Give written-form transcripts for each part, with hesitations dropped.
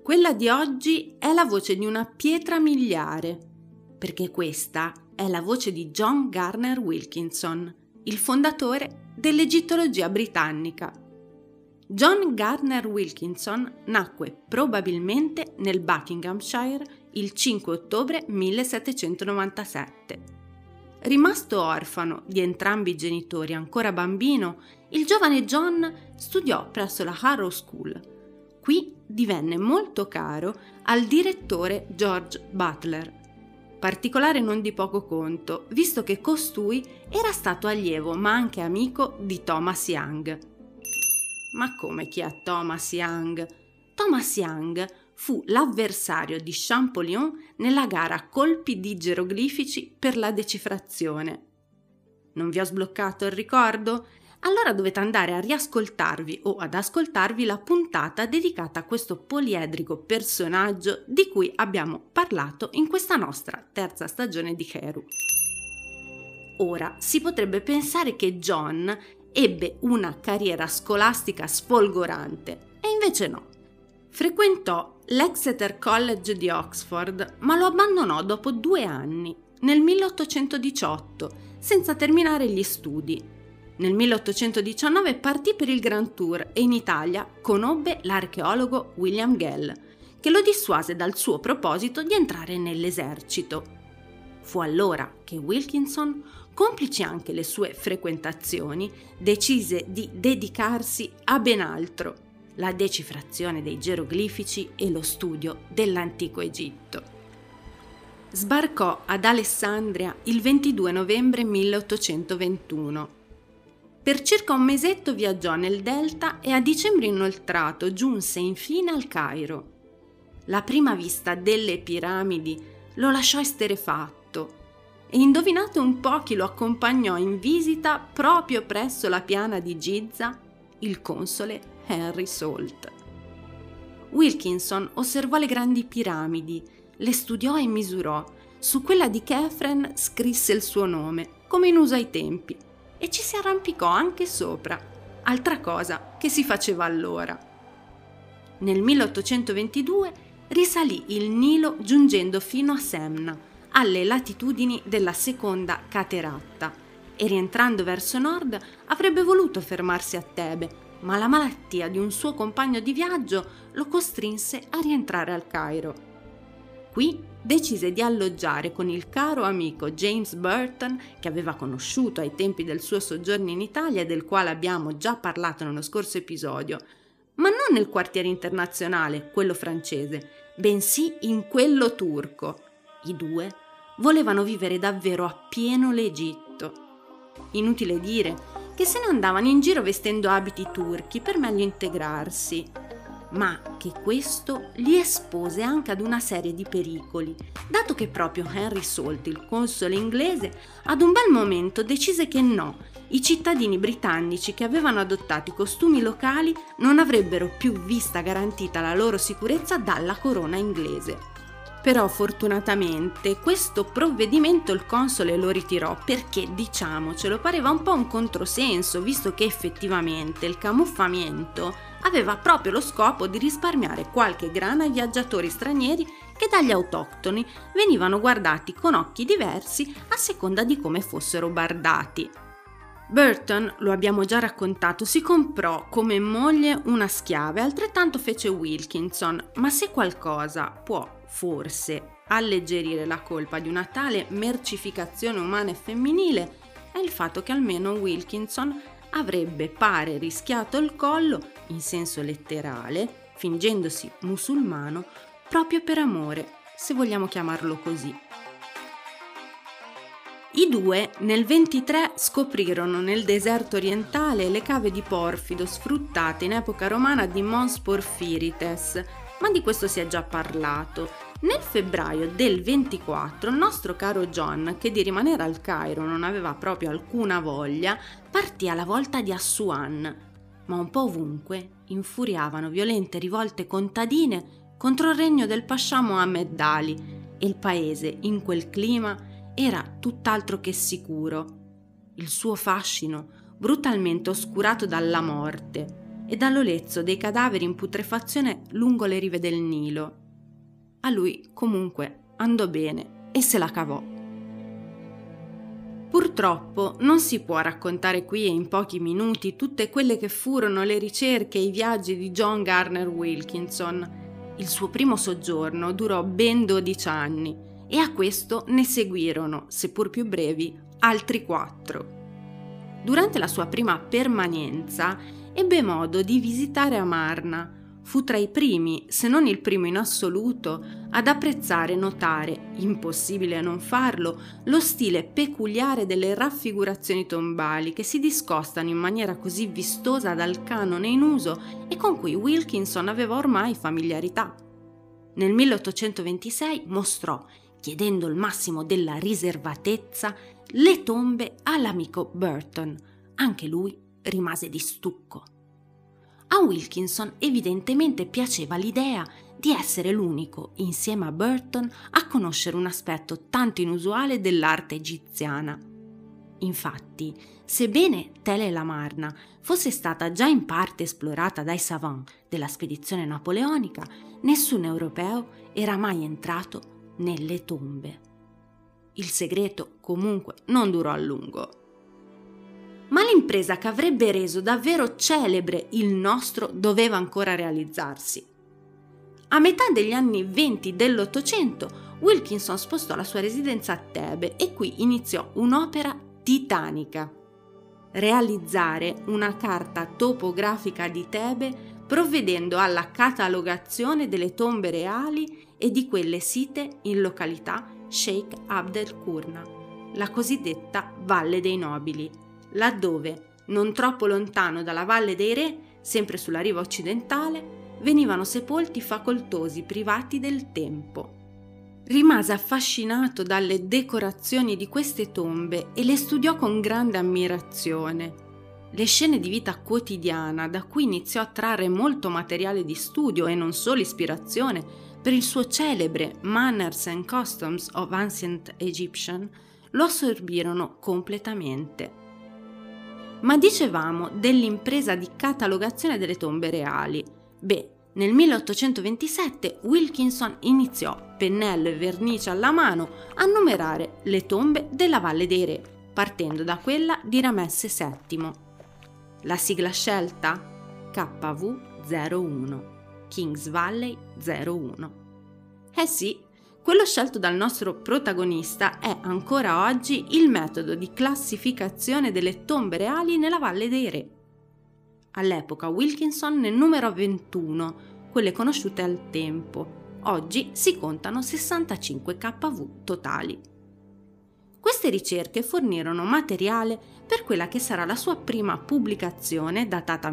Quella di oggi è la voce di una pietra miliare, perché questa è la voce di John Gardner Wilkinson, il fondatore dell'egittologia britannica. John Gardner Wilkinson nacque probabilmente nel Buckinghamshire il 5 ottobre 1797. Rimasto orfano di entrambi i genitori ancora bambino, il giovane John studiò presso la Harrow School. Qui divenne molto caro al direttore George Butler, particolare non di poco conto, visto che costui era stato allievo ma anche amico di Thomas Young. Ma come chi è Thomas Young? Thomas Young fu l'avversario di Champollion nella gara a colpi di geroglifici per la decifrazione. Non vi ho sbloccato il ricordo? Allora dovete andare a riascoltarvi o ad ascoltarvi la puntata dedicata a questo poliedrico personaggio di cui abbiamo parlato in questa nostra terza stagione di Heru. Ora, si potrebbe pensare che John ebbe una carriera scolastica sfolgorante, e invece no. Frequentò l'Exeter College di Oxford, ma lo abbandonò dopo 2 anni, nel 1818, senza terminare gli studi. Nel 1819 partì per il Grand Tour e in Italia conobbe l'archeologo William Gell, che lo dissuase dal suo proposito di entrare nell'esercito. Fu allora che Wilkinson, complici anche le sue frequentazioni, decise di dedicarsi a ben altro: la decifrazione dei geroglifici e lo studio dell'antico Egitto. Sbarcò ad Alessandria il 22 novembre 1821. Per circa un mesetto viaggiò nel Delta e a dicembre inoltrato giunse infine al Cairo. La prima vista delle piramidi lo lasciò esterrefatto e indovinate un po' chi lo accompagnò in visita proprio presso la piana di Giza? Il console Henry Salt. Wilkinson osservò le grandi piramidi, le studiò e misurò. Su quella di Chefren scrisse il suo nome, come in uso ai tempi, e ci si arrampicò anche sopra, altra cosa che si faceva allora. Nel 1822 risalì il Nilo giungendo fino a Semna, alle latitudini della seconda cateratta, e rientrando verso nord avrebbe voluto fermarsi a Tebe, ma la malattia di un suo compagno di viaggio lo costrinse a rientrare al Cairo. Qui decise di alloggiare con il caro amico James Burton, che aveva conosciuto ai tempi del suo soggiorno in Italia e del quale abbiamo già parlato nello scorso episodio, ma non nel quartiere internazionale, quello francese, bensì in quello turco. I due volevano vivere davvero appieno l'Egitto. Inutile dire che se ne andavano in giro vestendo abiti turchi per meglio integrarsi, ma che questo li espose anche ad una serie di pericoli, dato che proprio Henry Salt, il console inglese, ad un bel momento decise che no, i cittadini britannici che avevano adottato i costumi locali non avrebbero più vista garantita la loro sicurezza dalla corona inglese. Però fortunatamente questo provvedimento il console lo ritirò perché, diciamocelo, pareva un po' un controsenso, visto che effettivamente il camuffamento aveva proprio lo scopo di risparmiare qualche grana ai viaggiatori stranieri che dagli autoctoni venivano guardati con occhi diversi a seconda di come fossero bardati. Burton, lo abbiamo già raccontato, si comprò come moglie una schiava e altrettanto fece Wilkinson, ma se qualcosa può forse alleggerire la colpa di una tale mercificazione umana e femminile è il fatto che almeno Wilkinson avrebbe pare rischiato il collo, in senso letterale, fingendosi musulmano, proprio per amore, se vogliamo chiamarlo così. I due nel 23 scoprirono nel deserto orientale le cave di porfido sfruttate in epoca romana di Mons Porphyrites, ma di questo si è già parlato. Nel febbraio del 24 il nostro caro John, che di rimanere al Cairo non aveva proprio alcuna voglia, partì alla volta di Assuan, ma un po' ovunque infuriavano violente rivolte contadine contro il regno del pascià Mohammed Ali, e il paese in quel clima era tutt'altro che sicuro. Il suo fascino brutalmente oscurato dalla morte, e dall'olezzo dei cadaveri in putrefazione lungo le rive del Nilo. A lui, comunque, andò bene e se la cavò. Purtroppo non si può raccontare qui e in pochi minuti tutte quelle che furono le ricerche e i viaggi di John Garner Wilkinson. Il suo primo soggiorno durò ben 12 anni e a questo ne seguirono, seppur più brevi, altri 4. Durante la sua prima permanenza ebbe modo di visitare Amarna. Fu tra i primi, se non il primo in assoluto, ad apprezzare e notare, impossibile non farlo, lo stile peculiare delle raffigurazioni tombali che si discostano in maniera così vistosa dal canone in uso e con cui Wilkinson aveva ormai familiarità. Nel 1826 mostrò, chiedendo il massimo della riservatezza, le tombe all'amico Burton. Anche lui rimase di stucco. A Wilkinson evidentemente piaceva l'idea di essere l'unico, insieme a Burton, a conoscere un aspetto tanto inusuale dell'arte egiziana. Infatti, sebbene Tela el Amarna fosse stata già in parte esplorata dai savant della spedizione napoleonica, nessun europeo era mai entrato nelle tombe. Il segreto, comunque, non durò a lungo. Ma l'impresa che avrebbe reso davvero celebre il nostro doveva ancora realizzarsi. A metà degli anni 20 dell'Ottocento, Wilkinson spostò la sua residenza a Tebe e qui iniziò un'opera titanica: realizzare una carta topografica di Tebe provvedendo alla catalogazione delle tombe reali e di quelle site in località Sheikh Abd el-Qurna, la cosiddetta Valle dei Nobili, laddove, non troppo lontano dalla Valle dei Re, sempre sulla riva occidentale, venivano sepolti facoltosi privati del tempo. Rimase affascinato dalle decorazioni di queste tombe e le studiò con grande ammirazione. Le scene di vita quotidiana, da cui iniziò a trarre molto materiale di studio e non solo ispirazione per il suo celebre Manners and Customs of Ancient Egyptian, lo assorbirono completamente. Ma dicevamo dell'impresa di catalogazione delle tombe reali. Nel 1827 Wilkinson iniziò, pennello e vernice alla mano, a numerare le tombe della Valle dei Re, partendo da quella di Ramesse VII. La sigla scelta? KV01, Kings Valley 01. Sì, quello scelto dal nostro protagonista è ancora oggi il metodo di classificazione delle tombe reali nella Valle dei Re. All'epoca Wilkinson ne numerò 21, quelle conosciute al tempo. Oggi si contano 65 KV totali. Queste ricerche fornirono materiale per quella che sarà la sua prima pubblicazione, datata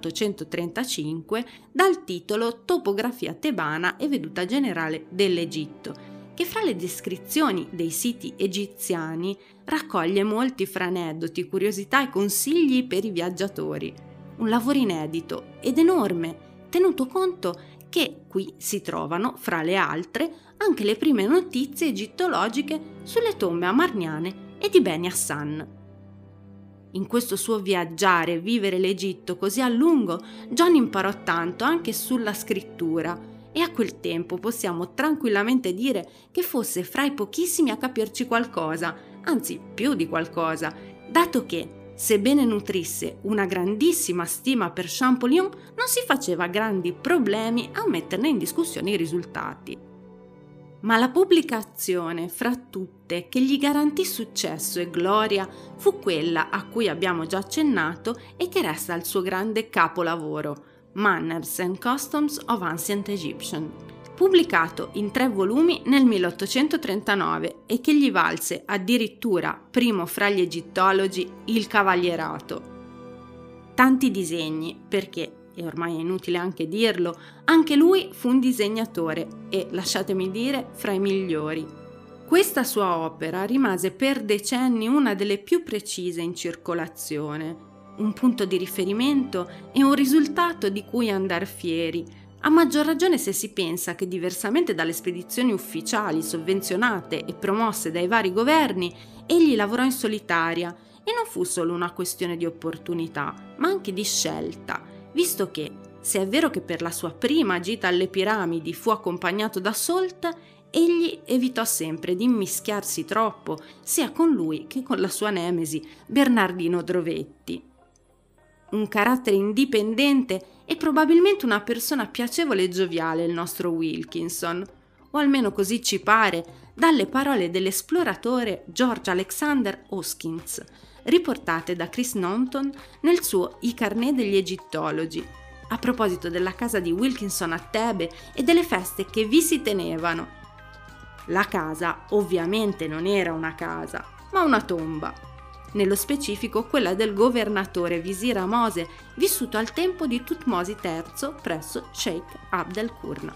1835, dal titolo Topografia tebana e veduta generale dell'Egitto, che fra le descrizioni dei siti egiziani raccoglie molti fra aneddoti, curiosità e consigli per i viaggiatori. Un lavoro inedito ed enorme, tenuto conto che qui si trovano, fra le altre, anche le prime notizie egittologiche sulle tombe amarniane e di Beni Hassan. In questo suo viaggiare e vivere l'Egitto così a lungo, John imparò tanto anche sulla scrittura e a quel tempo possiamo tranquillamente dire che fosse fra i pochissimi a capirci qualcosa, anzi più di qualcosa, dato che, sebbene nutrisse una grandissima stima per Champollion, non si faceva grandi problemi a metterne in discussione i risultati. Ma la pubblicazione fra tutte che gli garantì successo e gloria fu quella a cui abbiamo già accennato e che resta il suo grande capolavoro, Manners and Customs of Ancient Egyptian, pubblicato in 3 volumi nel 1839 e che gli valse addirittura, primo fra gli egittologi, il cavalierato. Tanti disegni, perché, e ormai è inutile anche dirlo, anche lui fu un disegnatore e, lasciatemi dire, fra i migliori. Questa sua opera rimase per decenni una delle più precise in circolazione, un punto di riferimento e un risultato di cui andar fieri, a maggior ragione se si pensa che, diversamente dalle spedizioni ufficiali sovvenzionate e promosse dai vari governi, egli lavorò in solitaria e non fu solo una questione di opportunità, ma anche di scelta, visto che, se è vero che per la sua prima gita alle piramidi fu accompagnato da Salt, egli evitò sempre di immischiarsi troppo sia con lui che con la sua nemesi Bernardino Drovetti. Un carattere indipendente e probabilmente una persona piacevole e gioviale il nostro Wilkinson, o almeno così ci pare dalle parole dell'esploratore George Alexander Hoskins, riportate da Chris Naughton nel suo I carnet degli egittologi, a proposito della casa di Wilkinson a Tebe e delle feste che vi si tenevano. La casa ovviamente non era una casa, ma una tomba. Nello specifico quella del governatore Visir Mose, vissuto al tempo di Thutmose III presso Sheikh Abd al-Qurna.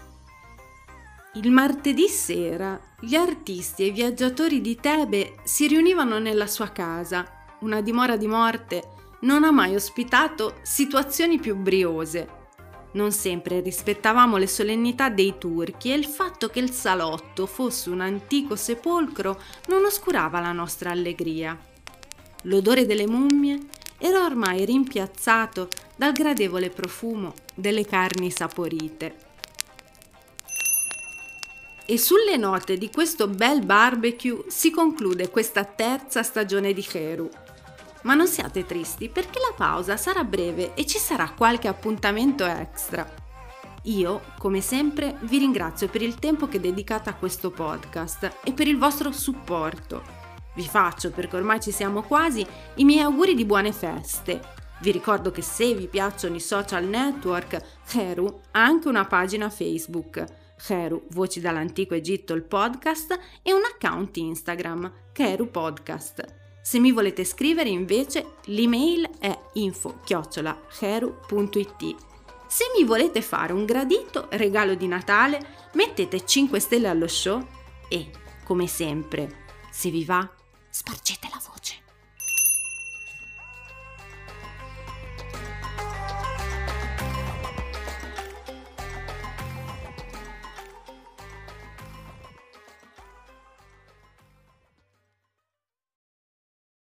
Il martedì sera gli artisti e i viaggiatori di Tebe si riunivano nella sua casa. Una dimora di morte non ha mai ospitato situazioni più briose. Non sempre rispettavamo le solennità dei turchi e il fatto che il salotto fosse un antico sepolcro non oscurava la nostra allegria. L'odore delle mummie era ormai rimpiazzato dal gradevole profumo delle carni saporite. E sulle note di questo bel barbecue si conclude questa terza stagione di Heru. Ma non siate tristi, perché la pausa sarà breve e ci sarà qualche appuntamento extra. Io, come sempre, vi ringrazio per il tempo che dedicate a questo podcast e per il vostro supporto. Vi faccio, perché ormai ci siamo quasi, i miei auguri di buone feste. Vi ricordo che se vi piacciono i social network, Heru ha anche una pagina Facebook, Heru Voci dall'Antico Egitto il podcast, e un account Instagram, Heru Podcast. Se mi volete scrivere invece l'email è info@heru.it. Se mi volete fare un gradito regalo di Natale, mettete 5 stelle allo show e, come sempre, se vi va, spargete la voce.